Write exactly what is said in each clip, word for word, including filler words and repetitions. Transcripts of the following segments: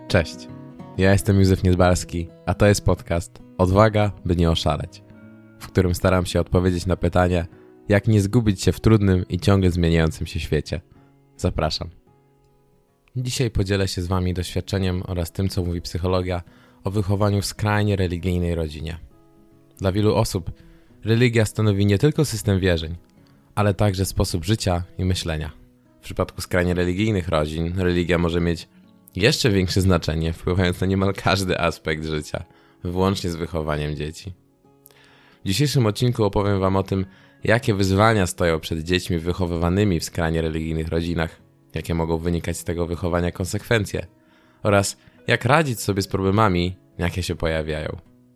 Cześć, ja jestem Józef Niedbalski, a to jest podcast Odwaga, by nie oszaleć, w którym staram się odpowiedzieć na pytania, jak nie zgubić się w trudnym i ciągle zmieniającym się świecie. Zapraszam. Dzisiaj podzielę się z Wami doświadczeniem oraz tym, co mówi psychologia o wychowaniu w skrajnie religijnej rodzinie. Dla wielu osób religia stanowi nie tylko system wierzeń, ale także sposób życia i myślenia. W przypadku skrajnie religijnych rodzin religia może mieć jeszcze większe znaczenie, wpływając na niemal każdy aspekt życia, włącznie z wychowaniem dzieci. W dzisiejszym odcinku opowiem Wam o tym, jakie wyzwania stoją przed dziećmi wychowywanymi w skrajnie religijnych rodzinach, jakie mogą wynikać z tego wychowania konsekwencje oraz jak radzić sobie z problemami, jakie się pojawiają.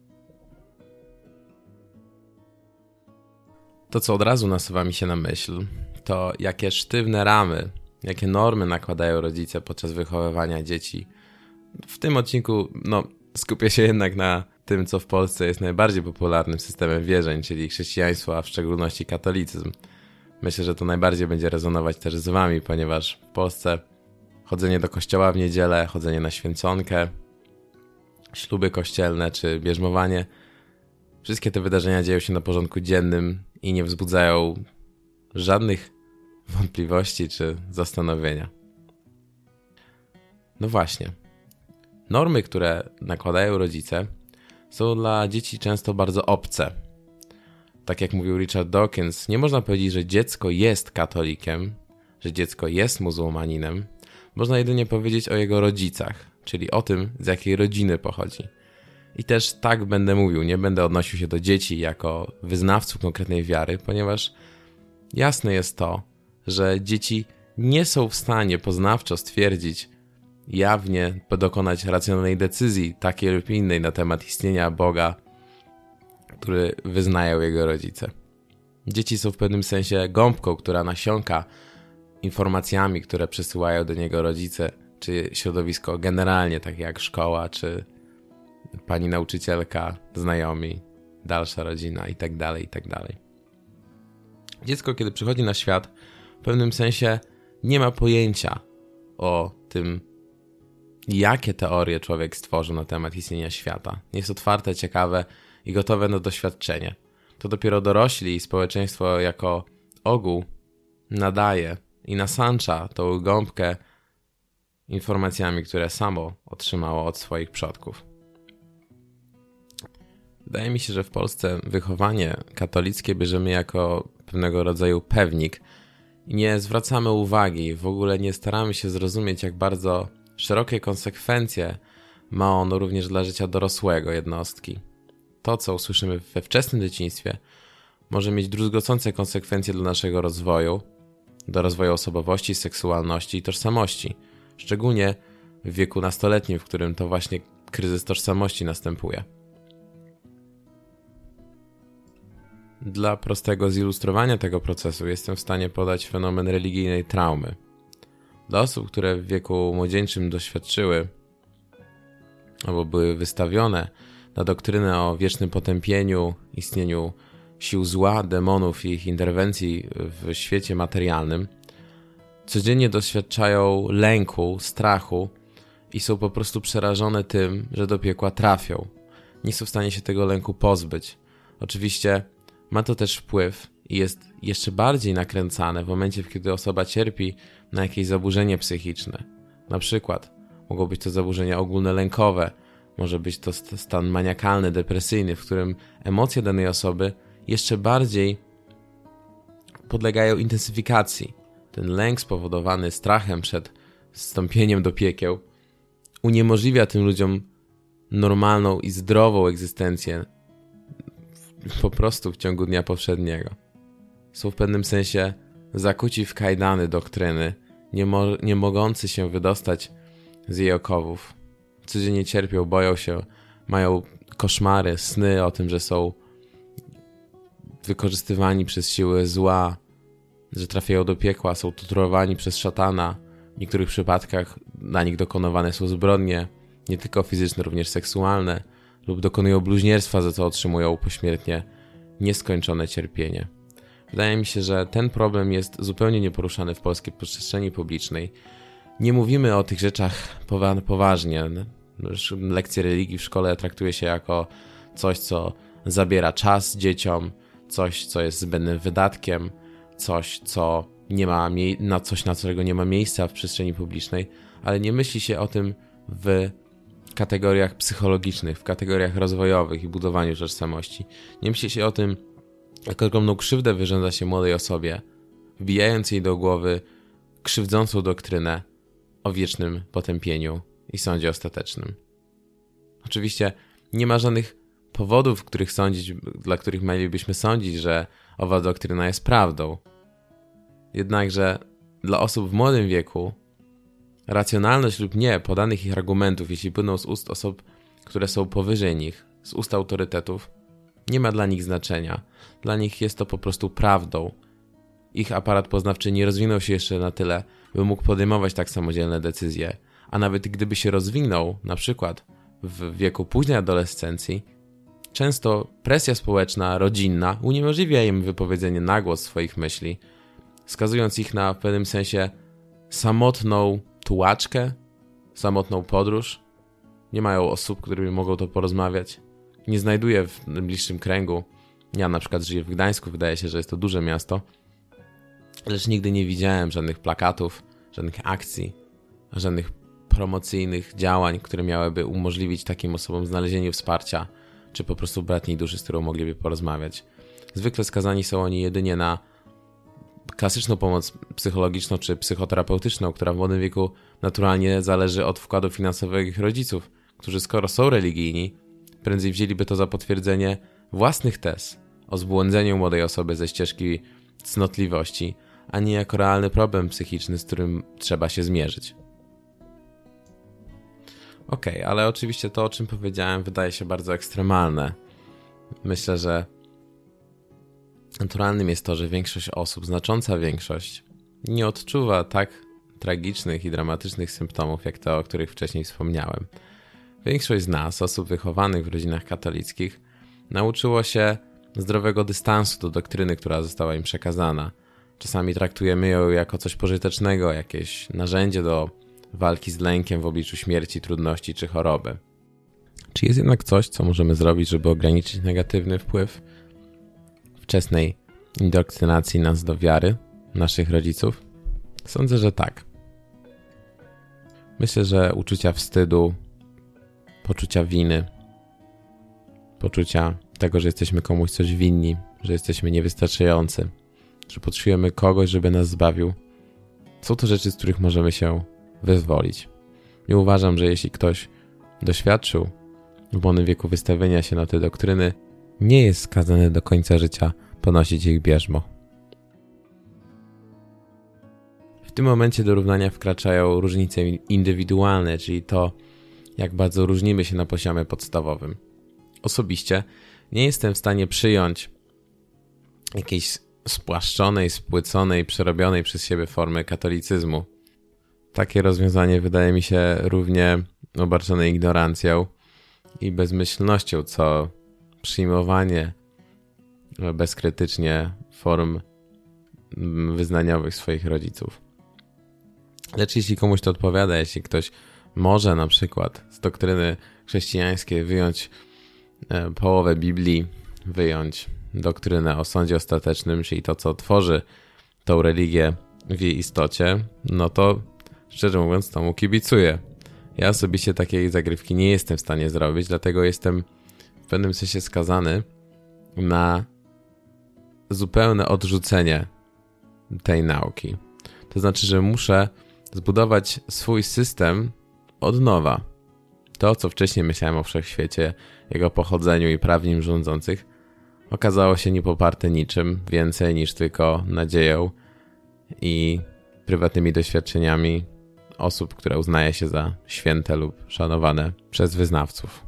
To, co od razu nasuwa mi się na myśl, to jakie sztywne ramy, jakie normy nakładają rodzice podczas wychowywania dzieci. W tym odcinku no, skupię się jednak na tym, co w Polsce jest najbardziej popularnym systemem wierzeń, czyli chrześcijaństwo, a w szczególności katolicyzm. Myślę, że to najbardziej będzie rezonować też z Wami, ponieważ w Polsce chodzenie do kościoła w niedzielę, chodzenie na święconkę, śluby kościelne czy bierzmowanie, wszystkie te wydarzenia dzieją się na porządku dziennym i nie wzbudzają żadnych wątpliwości czy zastanowienia. No właśnie. Normy, które nakładają rodzice, są dla dzieci często bardzo obce. Tak jak mówił Richard Dawkins, nie można powiedzieć, że dziecko jest katolikiem, że dziecko jest muzułmaninem. Można jedynie powiedzieć o jego rodzicach, czyli o tym, z jakiej rodziny pochodzi. I też tak będę mówił, nie będę odnosił się do dzieci jako wyznawców konkretnej wiary, ponieważ jasne jest to, że dzieci nie są w stanie poznawczo stwierdzić, jawnie dokonać racjonalnej decyzji takiej lub innej na temat istnienia Boga, który wyznają jego rodzice. Dzieci są w pewnym sensie gąbką, która nasiąka informacjami, które przesyłają do niego rodzice, czy środowisko generalnie, takie jak szkoła, czy pani nauczycielka, znajomi, dalsza rodzina itd., itd. Dziecko, kiedy przychodzi na świat, w pewnym sensie nie ma pojęcia o tym, jakie teorie człowiek stworzył na temat istnienia świata. Jest otwarte, ciekawe i gotowe na doświadczenie. To dopiero dorośli i społeczeństwo jako ogół nadaje i nasancza tą gąbkę informacjami, które samo otrzymało od swoich przodków. Wydaje mi się, że w Polsce wychowanie katolickie bierzemy jako pewnego rodzaju pewnik i nie zwracamy uwagi, w ogóle nie staramy się zrozumieć, jak bardzo szerokie konsekwencje ma ono również dla życia dorosłego jednostki. To, co usłyszymy we wczesnym dzieciństwie, może mieć druzgocące konsekwencje dla naszego rozwoju, do rozwoju osobowości, seksualności i tożsamości, szczególnie w wieku nastoletnim, w którym to właśnie kryzys tożsamości następuje. Dla prostego zilustrowania tego procesu jestem w stanie podać fenomen religijnej traumy. Dla osób, które w wieku młodzieńczym doświadczyły albo były wystawione na doktrynę o wiecznym potępieniu, istnieniu sił zła, demonów i ich interwencji w świecie materialnym, codziennie doświadczają lęku, strachu i są po prostu przerażone tym, że do piekła trafią. Nie są w stanie się tego lęku pozbyć. Oczywiście ma to też wpływ i jest jeszcze bardziej nakręcane w momencie, kiedy osoba cierpi na jakieś zaburzenie psychiczne. Na przykład mogą być to zaburzenia ogólne lękowe, może być to stan maniakalny, depresyjny, w którym emocje danej osoby jeszcze bardziej podlegają intensyfikacji. Ten lęk spowodowany strachem przed wstąpieniem do piekieł uniemożliwia tym ludziom normalną i zdrową egzystencję po prostu w ciągu dnia powszedniego. Są w pewnym sensie zakuci w kajdany doktryny, nie, mo- nie mogący się wydostać z jej okowów. Codziennie cierpią, boją się, mają koszmary, sny o tym, że są wykorzystywani przez siły zła, że trafiają do piekła, są torturowani przez szatana. W niektórych przypadkach na nich dokonywane są zbrodnie, nie tylko fizyczne, również seksualne, lub dokonują bluźnierstwa, za co otrzymują pośmiertnie nieskończone cierpienie. Wydaje mi się, że ten problem jest zupełnie nieporuszany w polskiej przestrzeni publicznej. nie mówimy o tych rzeczach poważnie. Lekcje religii w szkole traktuje się jako coś, co zabiera czas dzieciom, coś, co jest zbędnym wydatkiem, coś, co nie ma mie- na coś, na którego nie ma miejsca w przestrzeni publicznej, ale nie myśli się o tym w kategoriach psychologicznych, w kategoriach rozwojowych i budowaniu tożsamości. Nie myśli się o tym, jak ogromną krzywdę wyrządza się młodej osobie, wbijając jej do głowy krzywdzącą doktrynę o wiecznym potępieniu i sądzie ostatecznym. Oczywiście nie ma żadnych powodów, których sądzić, dla których mielibyśmy sądzić, że owa doktryna jest prawdą. Jednakże dla osób w młodym wieku racjonalność lub nie podanych ich argumentów, jeśli płyną z ust osób, które są powyżej nich, z ust autorytetów, nie ma dla nich znaczenia. Dla nich jest to po prostu prawdą. Ich aparat poznawczy nie rozwinął się jeszcze na tyle, by mógł podejmować tak samodzielne decyzje. A nawet gdyby się rozwinął, na przykład w wieku późnej adolescencji, często presja społeczna, rodzinna uniemożliwia im wypowiedzenie na głos swoich myśli, skazując ich na w pewnym sensie samotną tułaczkę, samotną podróż. Nie mają osób, którymi mogą to porozmawiać. Nie znajduję w bliższym kręgu. Ja na przykład żyję w Gdańsku, wydaje się, że jest to duże miasto, lecz nigdy nie widziałem żadnych plakatów, żadnych akcji, żadnych promocyjnych działań, które miałyby umożliwić takim osobom znalezienie wsparcia, czy po prostu bratniej duszy, z którą mogliby porozmawiać. Zwykle skazani są oni jedynie na klasyczną pomoc psychologiczną czy psychoterapeutyczną, która w młodym wieku naturalnie zależy od wkładu finansowego ich rodziców, którzy skoro są religijni, prędzej wzięliby to za potwierdzenie własnych tez o zbłądzeniu młodej osoby ze ścieżki cnotliwości, a nie jako realny problem psychiczny, z którym trzeba się zmierzyć. Okej, okay, ale oczywiście to, o czym powiedziałem, wydaje się bardzo ekstremalne. Myślę, że naturalnym jest to, że większość osób, znacząca większość, nie odczuwa tak tragicznych i dramatycznych symptomów, jak te, o których wcześniej wspomniałem. Większość z nas, osób wychowanych w rodzinach katolickich, nauczyło się zdrowego dystansu do doktryny, która została im przekazana. Czasami traktujemy ją jako coś pożytecznego, jakieś narzędzie do walki z lękiem w obliczu śmierci, trudności czy choroby. Czy jest jednak coś, co możemy zrobić, żeby ograniczyć negatywny wpływ wczesnej indoktrynacji nas do wiary, naszych rodziców? Sądzę, że tak. Myślę, że uczucia wstydu, poczucia winy, poczucia tego, że jesteśmy komuś coś winni, że jesteśmy niewystarczający, że potrzebujemy kogoś, żeby nas zbawił, są to rzeczy, z których możemy się wyzwolić. Nie uważam, że jeśli ktoś doświadczył w młodym wieku wystawienia się na te doktryny, nie jest skazany do końca życia ponosić ich bierzmo. W tym momencie do równania wkraczają różnice indywidualne, czyli to, jak bardzo różnimy się na poziomie podstawowym. Osobiście nie jestem w stanie przyjąć jakiejś spłaszczonej, spłyconej, przerobionej przez siebie formy katolicyzmu. Takie rozwiązanie wydaje mi się równie obarczone ignorancją i bezmyślnością, co przyjmowanie bezkrytycznie form wyznaniowych swoich rodziców. Lecz jeśli komuś to odpowiada, jeśli ktoś może na przykład z doktryny chrześcijańskiej wyjąć połowę Biblii, wyjąć doktrynę o sądzie ostatecznym, czyli to, co tworzy tą religię w jej istocie, no to szczerze mówiąc to mu kibicuję. Ja osobiście takiej zagrywki nie jestem w stanie zrobić, dlatego jestem w pewnym sensie skazany na zupełne odrzucenie tej nauki. To znaczy, że muszę zbudować swój system od nowa. To, co wcześniej myślałem o wszechświecie, jego pochodzeniu i praw nim rządzących, okazało się niepoparte niczym więcej niż tylko nadzieją i prywatnymi doświadczeniami osób, które uznaje się za święte lub szanowane przez wyznawców.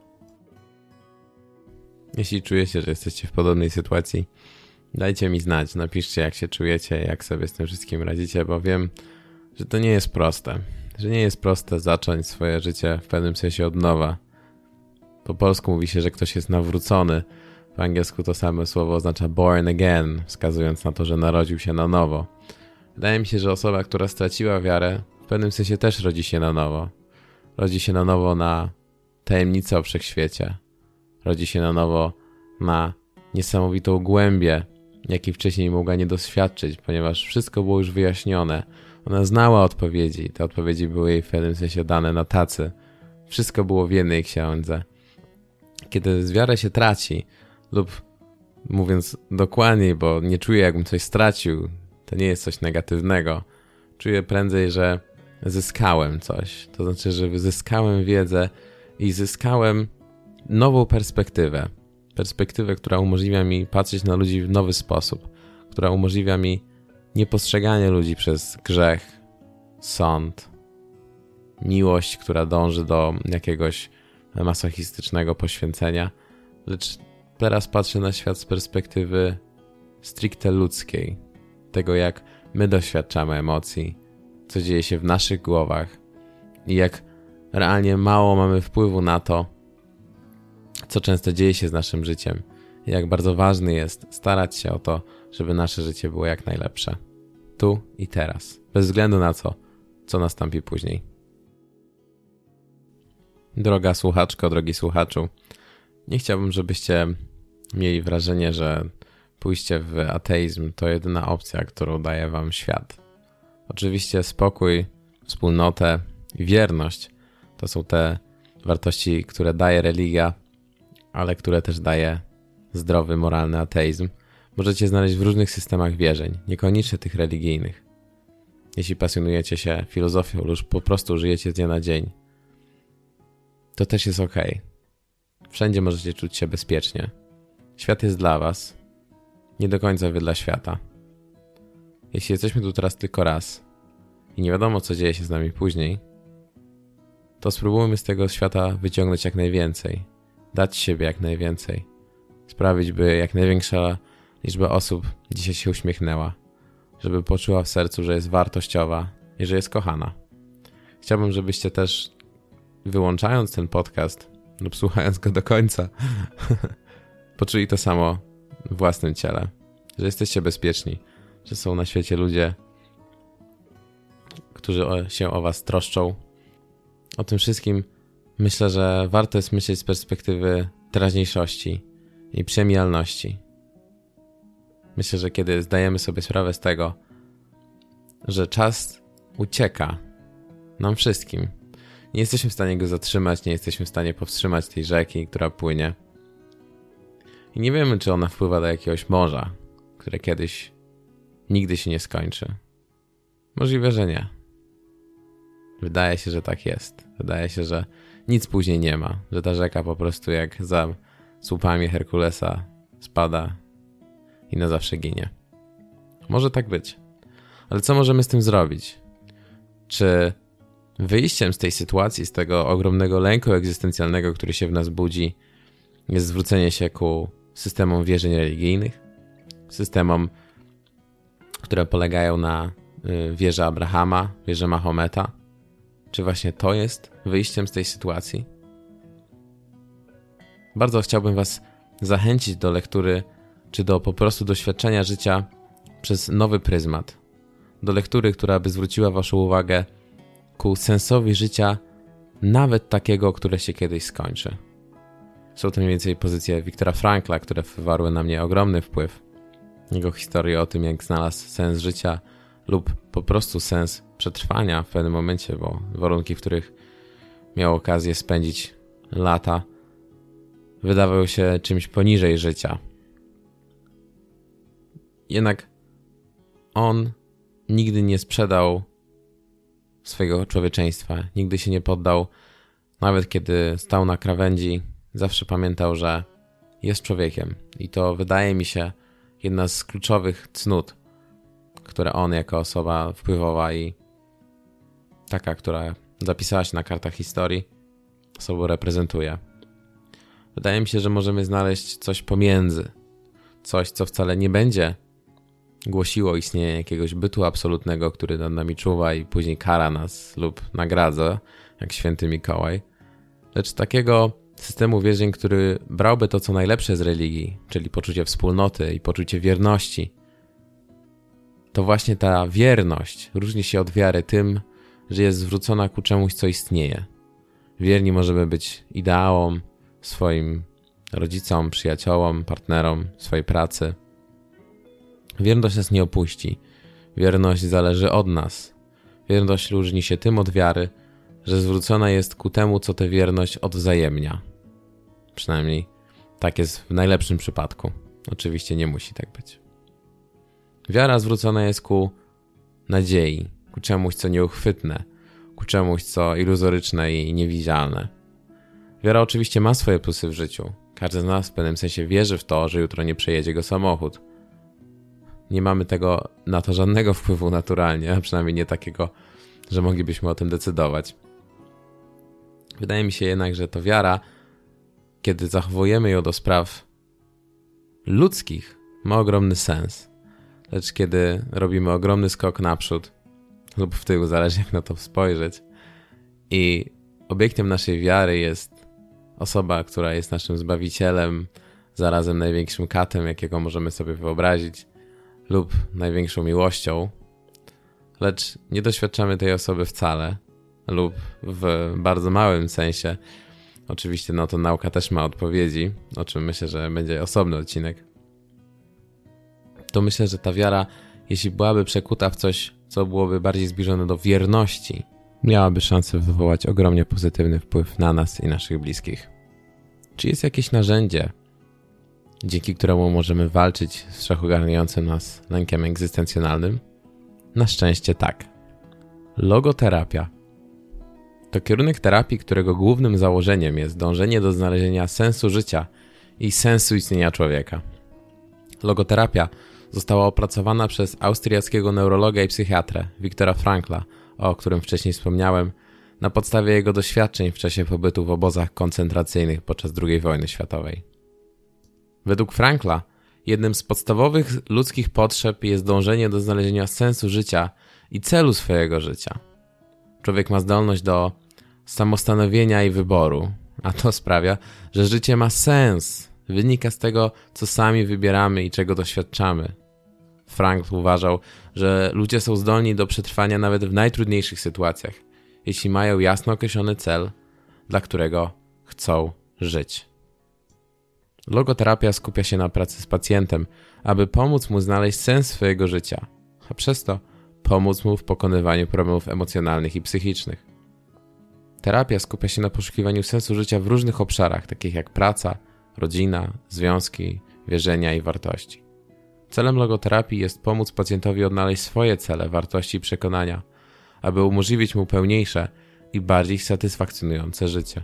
Jeśli czujecie, że jesteście w podobnej sytuacji, dajcie mi znać, napiszcie jak się czujecie, jak sobie z tym wszystkim radzicie, bo wiem, że to nie jest proste. Że nie jest proste zacząć swoje życie w pewnym sensie od nowa. Po polsku mówi się, że ktoś jest nawrócony. Po angielsku to samo słowo oznacza born again, wskazując na to, że narodził się na nowo. Wydaje mi się, że osoba, która straciła wiarę w pewnym sensie też rodzi się na nowo. Rodzi się na nowo na tajemnicę o wszechświecie. Rodzi się na nowo na niesamowitą głębię, jakiej wcześniej mogła nie doświadczyć, ponieważ wszystko było już wyjaśnione. Ona znała odpowiedzi. Te odpowiedzi były jej w pewnym sensie dane na tacy. Wszystko było w jednej księdze. Kiedy wiarę się traci, lub mówiąc dokładniej, bo nie czuję, jakbym coś stracił, to nie jest coś negatywnego. Czuję prędzej, że zyskałem coś. To znaczy, że zyskałem wiedzę i zyskałem nową perspektywę. Perspektywę, która umożliwia mi patrzeć na ludzi w nowy sposób. Która umożliwia mi niepostrzeganie ludzi przez grzech, sąd, miłość, która dąży do jakiegoś masochistycznego poświęcenia, lecz teraz patrzę na świat z perspektywy stricte ludzkiej. Tego, jak my doświadczamy emocji, co dzieje się w naszych głowach i jak realnie mało mamy wpływu na to, co często dzieje się z naszym życiem i jak bardzo ważne jest starać się o to, żeby nasze życie było jak najlepsze. Tu i teraz. Bez względu na to, co nastąpi później. Droga słuchaczko, drogi słuchaczu, nie chciałbym, żebyście mieli wrażenie, że pójście w ateizm to jedyna opcja, którą daje wam świat. Oczywiście spokój, wspólnotę i wierność to są te wartości, które daje religia, ale które też daje zdrowy, moralny ateizm. Możecie znaleźć w różnych systemach wierzeń, niekoniecznie tych religijnych. Jeśli pasjonujecie się filozofią lub po prostu żyjecie z dnia na dzień, to też jest okej. Wszędzie możecie czuć się bezpiecznie. Świat jest dla was, nie do końca wy dla świata. Jeśli jesteśmy tu teraz tylko raz i nie wiadomo, co dzieje się z nami później, to spróbujmy z tego świata wyciągnąć jak najwięcej, dać siebie jak najwięcej, sprawić, by jak największa liczba osób dzisiaj się uśmiechnęła, żeby poczuła w sercu, że jest wartościowa i że jest kochana. Chciałbym, żebyście też, wyłączając ten podcast lub słuchając go do końca, poczuli to samo w własnym ciele, że jesteście bezpieczni, że są na świecie ludzie, którzy się o was troszczą. O tym wszystkim myślę, że warto jest myśleć z perspektywy teraźniejszości i przemijalności. Myślę, że kiedy zdajemy sobie sprawę z tego, że czas ucieka nam wszystkim, nie jesteśmy w stanie go zatrzymać, nie jesteśmy w stanie powstrzymać tej rzeki, która płynie. I nie wiemy, czy ona wpływa do jakiegoś morza, które kiedyś nigdy się nie skończy. Możliwe, że nie. Wydaje się, że tak jest. Wydaje się, że nic później nie ma, że ta rzeka po prostu jak za słupami Herkulesa spada i na zawsze ginie. Może tak być. Ale co możemy z tym zrobić? Czy wyjściem z tej sytuacji, z tego ogromnego lęku egzystencjalnego, który się w nas budzi, jest zwrócenie się ku systemom wierzeń religijnych? Systemom, które polegają na wierze Abrahama, wierze Mahometa? Czy właśnie to jest wyjściem z tej sytuacji? Bardzo chciałbym was zachęcić do lektury, czy do po prostu doświadczenia życia przez nowy pryzmat. Do lektury, która by zwróciła waszą uwagę ku sensowi życia, nawet takiego, które się kiedyś skończy. Są to mniej więcej pozycje Wiktora Frankla, które wywarły na mnie ogromny wpływ. Jego historie o tym, jak znalazł sens życia lub po prostu sens przetrwania w pewnym momencie, bo warunki, w których miał okazję spędzić lata, wydawały się czymś poniżej życia. Jednak on nigdy nie sprzedał swojego człowieczeństwa, nigdy się nie poddał, nawet kiedy stał na krawędzi, zawsze pamiętał, że jest człowiekiem. I to wydaje mi się jedna z kluczowych cnót, które on jako osoba wpływowa i taka, która zapisała się na kartach historii, sobą reprezentuje. Wydaje mi się, że możemy znaleźć coś pomiędzy. Coś, co wcale nie będzie głosiło istnienie jakiegoś bytu absolutnego, który nad nami czuwa i później kara nas lub nagradza, jak święty Mikołaj, lecz takiego systemu wierzeń, który brałby to, co najlepsze z religii, czyli poczucie wspólnoty i poczucie wierności. To właśnie ta wierność różni się od wiary tym, że jest zwrócona ku czemuś, co istnieje. Wierni możemy być ideałom, swoim rodzicom, przyjaciołom, partnerom, swojej pracy. Wierność nas nie opuści. Wierność zależy od nas. Wierność różni się tym od wiary, że zwrócona jest ku temu, co tę wierność odwzajemnia. Przynajmniej tak jest w najlepszym przypadku. Oczywiście nie musi tak być. Wiara zwrócona jest ku nadziei, ku czemuś, co nieuchwytne, ku czemuś, co iluzoryczne i niewidzialne. Wiara oczywiście ma swoje plusy w życiu. Każdy z nas w pewnym sensie wierzy w to, że jutro nie przejedzie go samochód. Nie mamy tego na to żadnego wpływu naturalnie, a przynajmniej nie takiego, że moglibyśmy o tym decydować. Wydaje mi się jednak, że to wiara, kiedy zachowujemy ją do spraw ludzkich, ma ogromny sens. Lecz kiedy robimy ogromny skok naprzód lub w tył, zależy jak na to spojrzeć, i obiektem naszej wiary jest osoba, która jest naszym Zbawicielem, zarazem największym katem, jakiego możemy sobie wyobrazić, lub największą miłością, lecz nie doświadczamy tej osoby wcale, lub w bardzo małym sensie. Oczywiście no to nauka też ma odpowiedzi, o czym myślę, że będzie osobny odcinek. To myślę, że ta wiara, jeśli byłaby przekuta w coś, co byłoby bardziej zbliżone do wierności, miałaby szansę wywołać ogromnie pozytywny wpływ na nas i naszych bliskich. Czy jest jakieś narzędzie, dzięki któremu możemy walczyć z wszechogarniającym nas lękiem egzystencjonalnym? Na szczęście tak. Logoterapia to kierunek terapii, którego głównym założeniem jest dążenie do znalezienia sensu życia i sensu istnienia człowieka. Logoterapia została opracowana przez austriackiego neurologa i psychiatrę Viktora Frankla, o którym wcześniej wspomniałem, na podstawie jego doświadczeń w czasie pobytu w obozach koncentracyjnych podczas drugiej wojny światowej. Według Frankla jednym z podstawowych ludzkich potrzeb jest dążenie do znalezienia sensu życia i celu swojego życia. Człowiek ma zdolność do samostanowienia i wyboru, a to sprawia, że życie ma sens. Wynika z tego, co sami wybieramy i czego doświadczamy. Frankl uważał, że ludzie są zdolni do przetrwania nawet w najtrudniejszych sytuacjach, jeśli mają jasno określony cel, dla którego chcą żyć. Logoterapia skupia się na pracy z pacjentem, aby pomóc mu znaleźć sens swojego życia, a przez to pomóc mu w pokonywaniu problemów emocjonalnych i psychicznych. Terapia skupia się na poszukiwaniu sensu życia w różnych obszarach, takich jak praca, rodzina, związki, wierzenia i wartości. Celem logoterapii jest pomóc pacjentowi odnaleźć swoje cele, wartości i przekonania, aby umożliwić mu pełniejsze i bardziej satysfakcjonujące życie.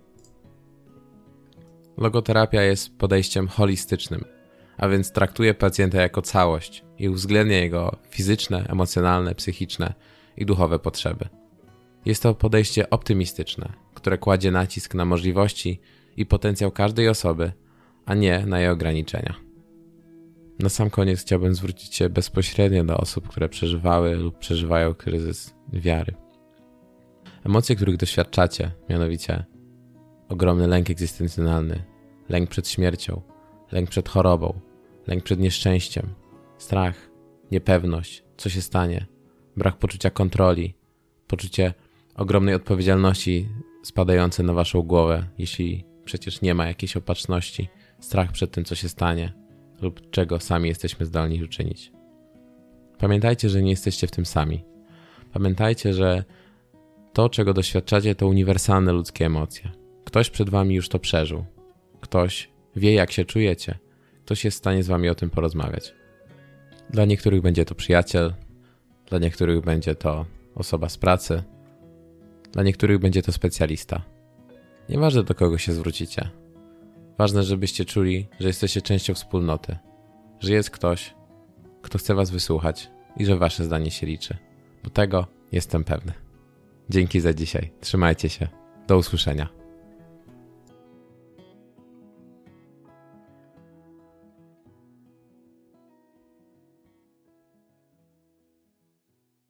Logoterapia jest podejściem holistycznym, a więc traktuje pacjenta jako całość i uwzględnia jego fizyczne, emocjonalne, psychiczne i duchowe potrzeby. Jest to podejście optymistyczne, które kładzie nacisk na możliwości i potencjał każdej osoby, a nie na jej ograniczenia. Na sam koniec chciałbym zwrócić się bezpośrednio do osób, które przeżywały lub przeżywają kryzys wiary. Emocje, których doświadczacie, mianowicie ogromny lęk egzystencjonalny, lęk przed śmiercią, lęk przed chorobą, lęk przed nieszczęściem, strach, niepewność, co się stanie, brak poczucia kontroli, poczucie ogromnej odpowiedzialności spadające na waszą głowę, jeśli przecież nie ma jakiejś opatrzności, strach przed tym, co się stanie lub czego sami jesteśmy zdolni uczynić. Pamiętajcie, że nie jesteście w tym sami. Pamiętajcie, że to, czego doświadczacie, to uniwersalne ludzkie emocje. Ktoś przed wami już to przeżył. Ktoś wie, jak się czujecie. Ktoś jest w stanie z wami o tym porozmawiać. Dla niektórych będzie to przyjaciel, dla niektórych będzie to osoba z pracy, dla niektórych będzie to specjalista. Nieważne, do kogo się zwrócicie. Ważne, żebyście czuli, że jesteście częścią wspólnoty, że jest ktoś, kto chce was wysłuchać i że wasze zdanie się liczy. Bo tego jestem pewny. Dzięki za dzisiaj. Trzymajcie się. Do usłyszenia.